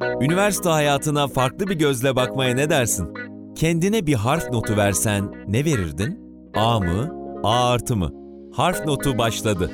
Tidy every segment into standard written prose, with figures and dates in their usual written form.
Üniversite hayatına farklı bir gözle bakmaya ne dersin? Kendine bir harf notu versen ne verirdin? A mı? A artı mı? Harf notu başladı.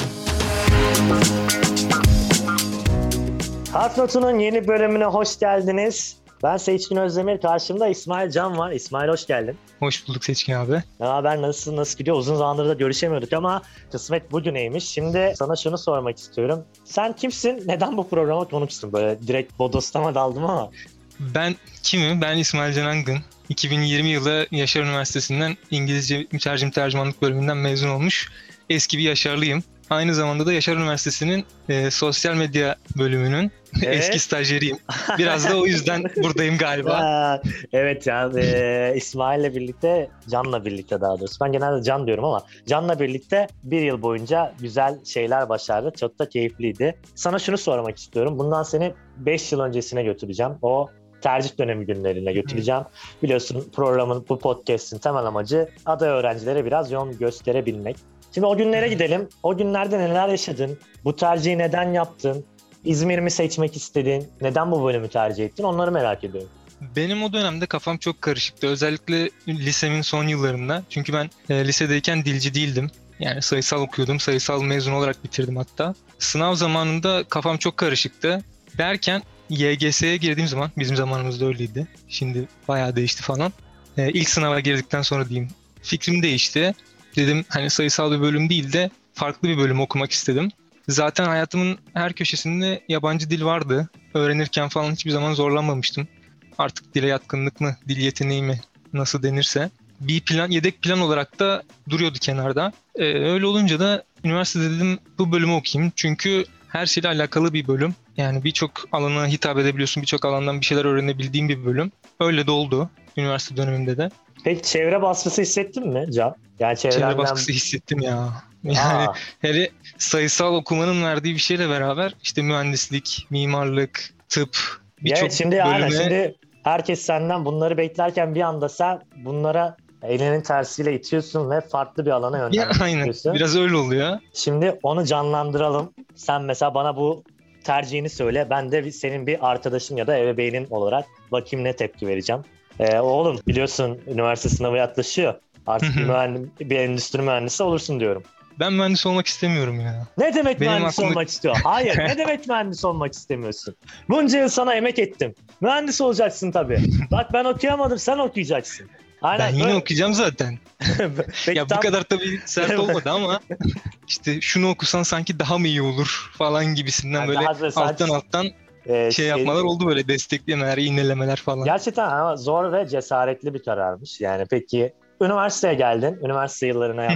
Harf Notu'nun yeni bölümüne hoş geldiniz. Ben Seçkin Özdemir, karşımda İsmail Can var. İsmail hoş geldin. Hoş bulduk Seçkin abi. Ne haber, nasıl gidiyor? Uzun zamandır da görüşemiyorduk ama kısmet bugüneymiş. Şimdi sana şunu sormak istiyorum. Sen kimsin? Neden bu programa konuksun? Böyle direkt bodoslama daldım ama. Ben kimim? Ben İsmail Can Angın. 2020 yılı Yaşar Üniversitesi'nden İngilizce Mütercim Tercümanlık bölümünden mezun olmuş eski bir Yaşarlıyım. Aynı zamanda da Yaşar Üniversitesi'nin sosyal medya bölümünün eski stajyeriyim. Biraz da o yüzden buradayım galiba. Evet ya, İsmail'le birlikte, Can'la birlikte daha doğrusu. Ben genelde Can diyorum ama Can'la birlikte bir yıl boyunca güzel şeyler başardık. Çok da keyifliydi. Sana şunu sormak istiyorum. Bundan seni 5 yıl öncesine götüreceğim. O tercih dönemi günlerine götüreceğim. Biliyorsun programın, bu podcast'in temel amacı aday öğrencilere biraz yol gösterebilmek. Şimdi o günlere gidelim. O günlerde neler yaşadın? Bu tercihi neden yaptın? İzmir mi seçmek istedin? Neden bu bölümü tercih ettin? Onları merak ediyorum. Benim o dönemde kafam çok karışıktı. Özellikle lisemin son yıllarında. Çünkü ben lisedeyken dilci değildim. Yani sayısal okuyordum. Sayısal mezun olarak bitirdim hatta. Sınav zamanında kafam çok karışıktı. Derken YGS'ye girdiğim zaman, bizim zamanımızda öyleydi. Şimdi bayağı değişti falan. İlk sınava girdikten sonra diyeyim, fikrim değişti. Dedim hani sayısal bir bölüm değil de farklı bir bölüm okumak istedim. Zaten hayatımın her köşesinde yabancı dil vardı. Öğrenirken falan hiçbir zaman zorlanmamıştım. Artık dile yatkınlık mı, dil yeteneği mi nasıl denirse. Bir plan, yedek plan olarak da duruyordu kenarda. Öyle olunca da üniversitede dedim bu bölümü okuyayım. Çünkü her şeyle alakalı bir bölüm. Yani birçok alana hitap edebiliyorsun, birçok alandan bir şeyler öğrenebildiğin bir bölüm. Öyle de oldu üniversite döneminde de. Peki çevre baskısı hissettin mi Can? Yani Çevre baskısı hissettim ya. Yani hele sayısal okumanın verdiği bir şeyle beraber işte mühendislik, mimarlık, tıp, birçok evet, şimdi bölüme... yani şimdi herkes senden bunları beklerken bir anda sen bunlara elinin tersiyle itiyorsun ve farklı bir alana yönlenmek istiyorsun. Aynen, biraz öyle oluyor. Şimdi onu canlandıralım. Sen mesela bana bu tercihini söyle. Ben de senin bir arkadaşın ya da ebeveynin olarak bakayım ne tepki vereceğim. Oğlum biliyorsun üniversite sınavı yaklaşıyor. Artık bir endüstri mühendisi olursun diyorum. Ben mühendis olmak istemiyorum ya. Ne demek mühendis olmak istiyor? Hayır, ne demek mühendis olmak istemiyorsun? Bunca yıl sana emek ettim. Mühendis olacaksın tabii. Bak ben okuyamadım, sen okuyacaksın. Aynen. Ben yine okuyacağım zaten. Peki, ya bu kadar tabii sert olmadı ama işte şunu okusan sanki daha mı iyi olur falan gibisinden yani böyle alttan yapmalar oldu, böyle desteklemeler, iğnelemeler falan. Gerçekten ama zor ve cesaretli bir kararmış. Yani peki üniversiteye geldin. Üniversite yıllarına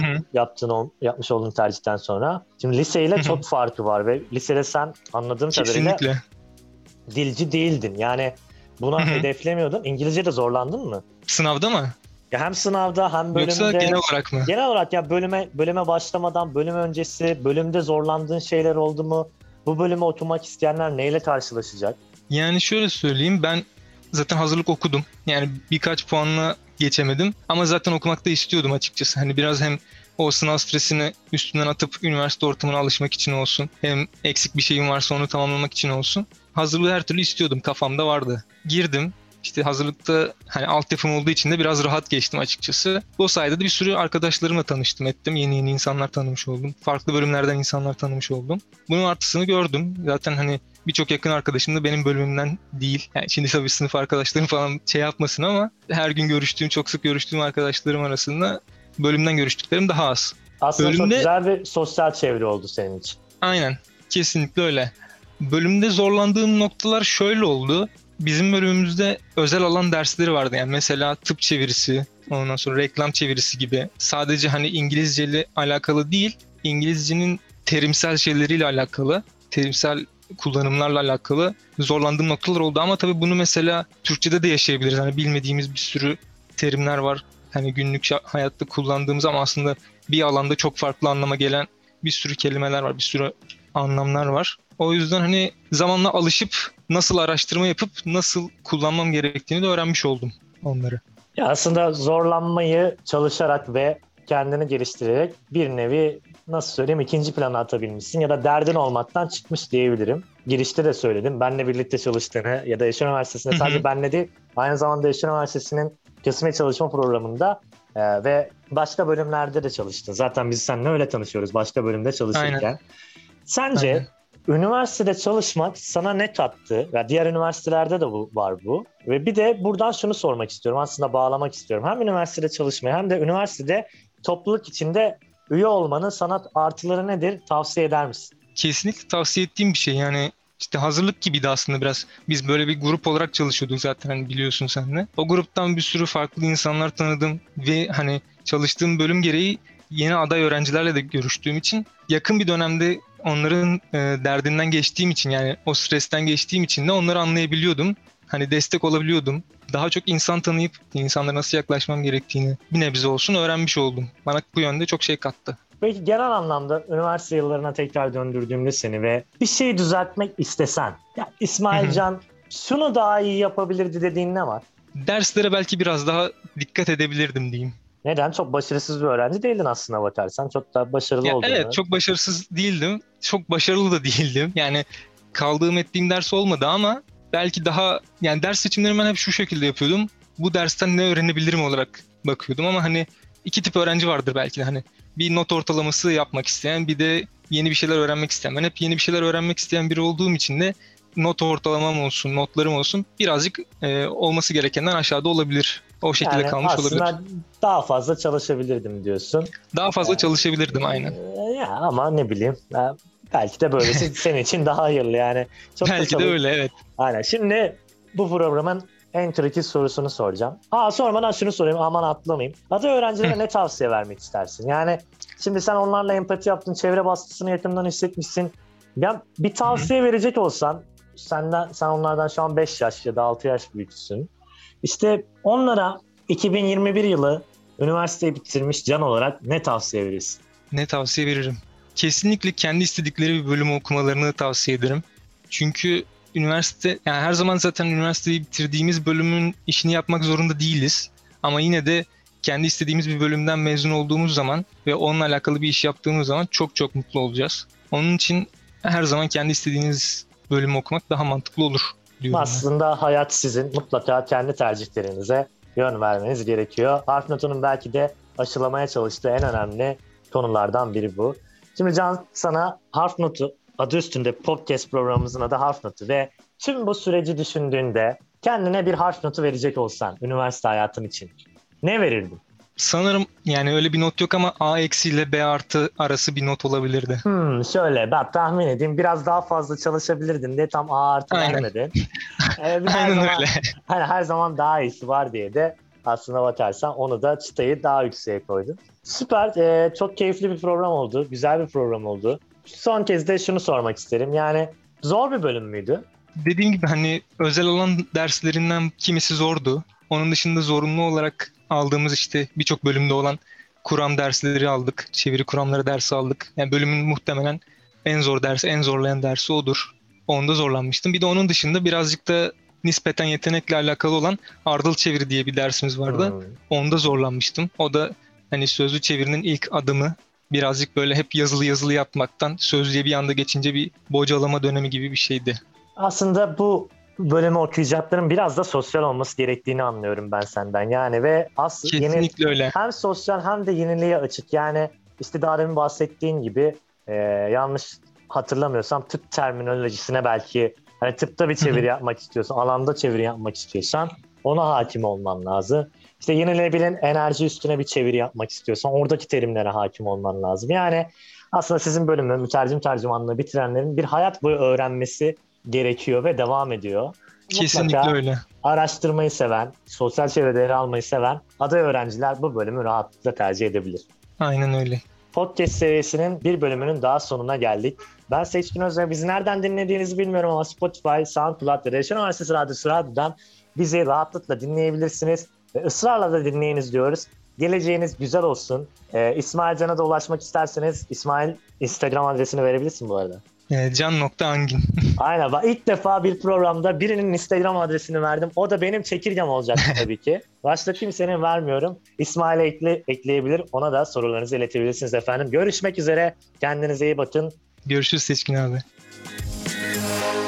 yapmış olduğun tercihten sonra. Şimdi liseyle çok farkı var ve lisede sen anladığım kadarıyla dilci değildin. Yani buna hedeflemiyordun. İngilizce de zorlandın mı? Sınavda mı? Ya hem sınavda hem bölümde. Yoksa genel olarak mı? Genel olarak ya bölüme başlamadan, bölüm öncesi, bölümde zorlandığın şeyler oldu mu? Bu bölümü okumak isteyenler neyle karşılaşacak? Yani şöyle söyleyeyim, ben zaten hazırlık okudum. Yani birkaç puanla geçemedim ama zaten okumak da istiyordum açıkçası. Hani biraz hem o sınav stresini üstünden atıp üniversite ortamına alışmak için olsun, hem eksik bir şeyim varsa onu tamamlamak için olsun. Hazırlığı her türlü istiyordum, kafamda vardı. Girdim. İşte hazırlıkta hani altyapım olduğu için de biraz rahat geçtim açıkçası. O sayede de bir sürü arkadaşlarımla tanıştım ettim. Yeni insanlar tanımış oldum. Farklı bölümlerden insanlar tanımış oldum. Bunun artısını gördüm. Zaten hani birçok yakın arkadaşım da benim bölümümden değil. Yani şimdi tabii sınıf arkadaşlarım falan yapmasın ama her gün görüştüğüm, çok sık görüştüğüm arkadaşlarım arasında bölümden görüştüklerim daha az. Aslında çok güzel bir sosyal çevre oldu senin için. Aynen. Kesinlikle öyle. Bölümde zorlandığım noktalar şöyle oldu. Bizim bölümümüzde özel alan dersleri vardı. Yani mesela tıp çevirisi, ondan sonra reklam çevirisi gibi. Sadece hani İngilizceyle alakalı değil, İngilizcenin terimsel şeyleriyle alakalı, terimsel kullanımlarla alakalı zorlandığım noktalar oldu. Ama tabii bunu mesela Türkçe'de de yaşayabiliriz. Hani bilmediğimiz bir sürü terimler var. Hani günlük hayatta kullandığımız ama aslında bir alanda çok farklı anlama gelen bir sürü kelimeler var, bir sürü anlamlar var. O yüzden hani zamanla alışıp nasıl araştırma yapıp nasıl kullanmam gerektiğini de öğrenmiş oldum onları. Ya aslında zorlanmayı çalışarak ve kendini geliştirerek bir nevi nasıl söyleyeyim, ikinci plana atabilmişsin ya da derdin olmaktan çıkmış diyebilirim. Girişte de söyledim. Benle birlikte çalıştığını ya da Yaşar Üniversitesi'nde sadece benle değil, aynı zamanda Yaşar Üniversitesi'nin kısmi çalışma programında ve başka bölümlerde de çalıştın. Zaten biz seninle öyle tanışıyoruz başka bölümde çalışırken. Aynen. Sence Aynen. üniversitede çalışmak sana ne kattı? Ya diğer üniversitelerde de var bu. Ve bir de buradan şunu sormak istiyorum. Aslında bağlamak istiyorum. Hem üniversitede çalışmayı hem de üniversitede topluluk içinde üye olmanın sana artıları nedir? Tavsiye eder misin? Kesinlikle tavsiye ettiğim bir şey. Yani işte hazırlık gibiydi aslında biraz. Biz böyle bir grup olarak çalışıyorduk zaten, hani biliyorsun sen de. O gruptan bir sürü farklı insanlar tanıdım ve hani çalıştığım bölüm gereği yeni aday öğrencilerle de görüştüğüm için yakın bir dönemde onların derdinden geçtiğim için, yani o stresten geçtiğim için de onları anlayabiliyordum. Hani destek olabiliyordum. Daha çok insan tanıyıp insanlara nasıl yaklaşmam gerektiğini bir nebze olsun öğrenmiş oldum. Bana bu yönde çok şey kattı. Peki genel anlamda üniversite yıllarına tekrar döndürdüğümde seni ve bir şeyi düzeltmek istesen, ya İsmailcan şunu daha iyi yapabilirdi dediğin ne var? Derslere belki biraz daha dikkat edebilirdim diyeyim. Neden? Çok başarısız bir öğrenci değildin aslına bakarsan. Çok da başarılı Ya olduğunu. evet, çok başarısız değildim. Çok başarılı da değildim. Yani kaldığım ettiğim ders olmadı ama belki daha, yani ders seçimlerimi ben hep şu şekilde yapıyordum. Bu dersten ne öğrenebilirim olarak bakıyordum ama hani iki tip öğrenci vardır belki de, hani bir not ortalaması yapmak isteyen, bir de yeni bir şeyler öğrenmek isteyen. Ben hep yeni bir şeyler öğrenmek isteyen biri olduğum için de not ortalamam olsun, notlarım olsun birazcık olması gerekenden aşağıda olabilir. O şekilde Yani kalmış olabilir. aslında daha fazla çalışabilirdim diyorsun. Daha fazla çalışabilirdim aynen. Ya ama ne bileyim. Belki de böylesi senin için daha hayırlı yani. Çok Belki de öyle, evet. Aynen. Şimdi bu programın en tricky sorusunu soracağım. Sormadan şunu sorayım, aman atlamayayım. Aday öğrencilere ne tavsiye vermek istersin? Yani şimdi sen onlarla empati yaptın, çevre baskısını yakından hissetmişsin. Ya bir tavsiye verecek olsan, sen onlardan şu an 5 yaş ya da 6 yaş büyüksün. İşte onlara 2021 yılı üniversiteyi bitirmiş can olarak ne tavsiye verirsin? Ne tavsiye veririm? Kesinlikle kendi istedikleri bir bölümü okumalarını tavsiye ederim. Çünkü üniversite, yani her zaman zaten üniversiteyi bitirdiğimiz bölümün işini yapmak zorunda değiliz. Ama yine de kendi istediğimiz bir bölümden mezun olduğumuz zaman ve onunla alakalı bir iş yaptığımız zaman çok çok mutlu olacağız. Onun için her zaman kendi istediğiniz bölümü okumak daha mantıklı olur diyorum. Aslında hayat sizin, mutlaka kendi tercihlerinize yön vermeniz gerekiyor. Harf Notu'nun belki de aşılamaya çalıştığı en önemli konulardan biri bu. Şimdi Can, sana Harf Notu adı üstünde podcast programımızın adı Harf Notu ve tüm bu süreci düşündüğünde kendine bir harf notu verecek olsan üniversite hayatın için ne verirdin? Sanırım yani öyle bir not yok ama A eksi ile B artı arası bir not olabilirdi. Şöyle ben tahmin edeyim, biraz daha fazla çalışabilirdin diye tam A artı vermedin. Aynen öyle. Hani her zaman daha iyisi var diye de aslına bakarsan onu da çıtayı daha yükseğe koydun. Süper, çok keyifli bir program oldu, güzel bir program oldu. Son kez de şunu sormak isterim, yani zor bir bölüm müydü? Dediğim gibi hani özel olan derslerinden kimisi zordu. Onun dışında zorunlu olarak aldığımız işte birçok bölümde olan kuram dersleri aldık. Çeviri kuramları dersi aldık. Yani bölümün muhtemelen en zor dersi, en zorlayan dersi odur. Onda zorlanmıştım. Bir de onun dışında birazcık da nispeten yetenekle alakalı olan ardıl çeviri diye bir dersimiz vardı. Onda zorlanmıştım. O da hani sözlü çevirinin ilk adımı. Birazcık böyle hep yazılı yapmaktan sözlüğe bir anda geçince bir bocalama dönemi gibi bir şeydi. Aslında bu bölümü okuyacakların biraz da sosyal olması gerektiğini anlıyorum ben senden. Yani ve aslında kesinlikle öyle. Hem sosyal hem de yeniliğe açık. Yani işte daha demin bahsettiğin gibi yanlış hatırlamıyorsam tıp terminolojisine belki hani tıpta bir çeviri yapmak istiyorsan, alanda çeviri yapmak istiyorsan ona hakim olman lazım. İşte yenilenebilen enerji üstüne bir çeviri yapmak istiyorsan oradaki terimlere hakim olman lazım. Yani aslında sizin bölümü mütercim tercümanlığı bitirenlerin bir hayat boyu öğrenmesi gerekiyor ve devam ediyor. Kesinlikle mutlaka öyle. Araştırmayı seven, sosyal çevrede yer almayı seven aday öğrenciler bu bölümü rahatlıkla tercih edebilir. Aynen öyle. Podcast serisinin bir bölümünün daha sonuna geldik. Ben Seçkin Özver. Bizi nereden dinlediğinizi bilmiyorum ama Spotify, SoundCloud ve Yaşar Üniversitesi Radyo'dan bizi rahatlıkla dinleyebilirsiniz. Ve ısrarla da dinleyiniz diyoruz. Geleceğiniz güzel olsun. İsmail Can'a da ulaşmak isterseniz İsmail Instagram adresini verebilirsin bu arada. Can.Angin. Aynen. Bak, ilk defa bir programda birinin Instagram adresini verdim. O da benim çekirgem olacak tabii ki. Başta kimsenin vermiyorum. İsmail'e ekleyebilir. Ona da sorularınızı iletebilirsiniz efendim. Görüşmek üzere. Kendinize iyi bakın. Görüşürüz Seçkin abi.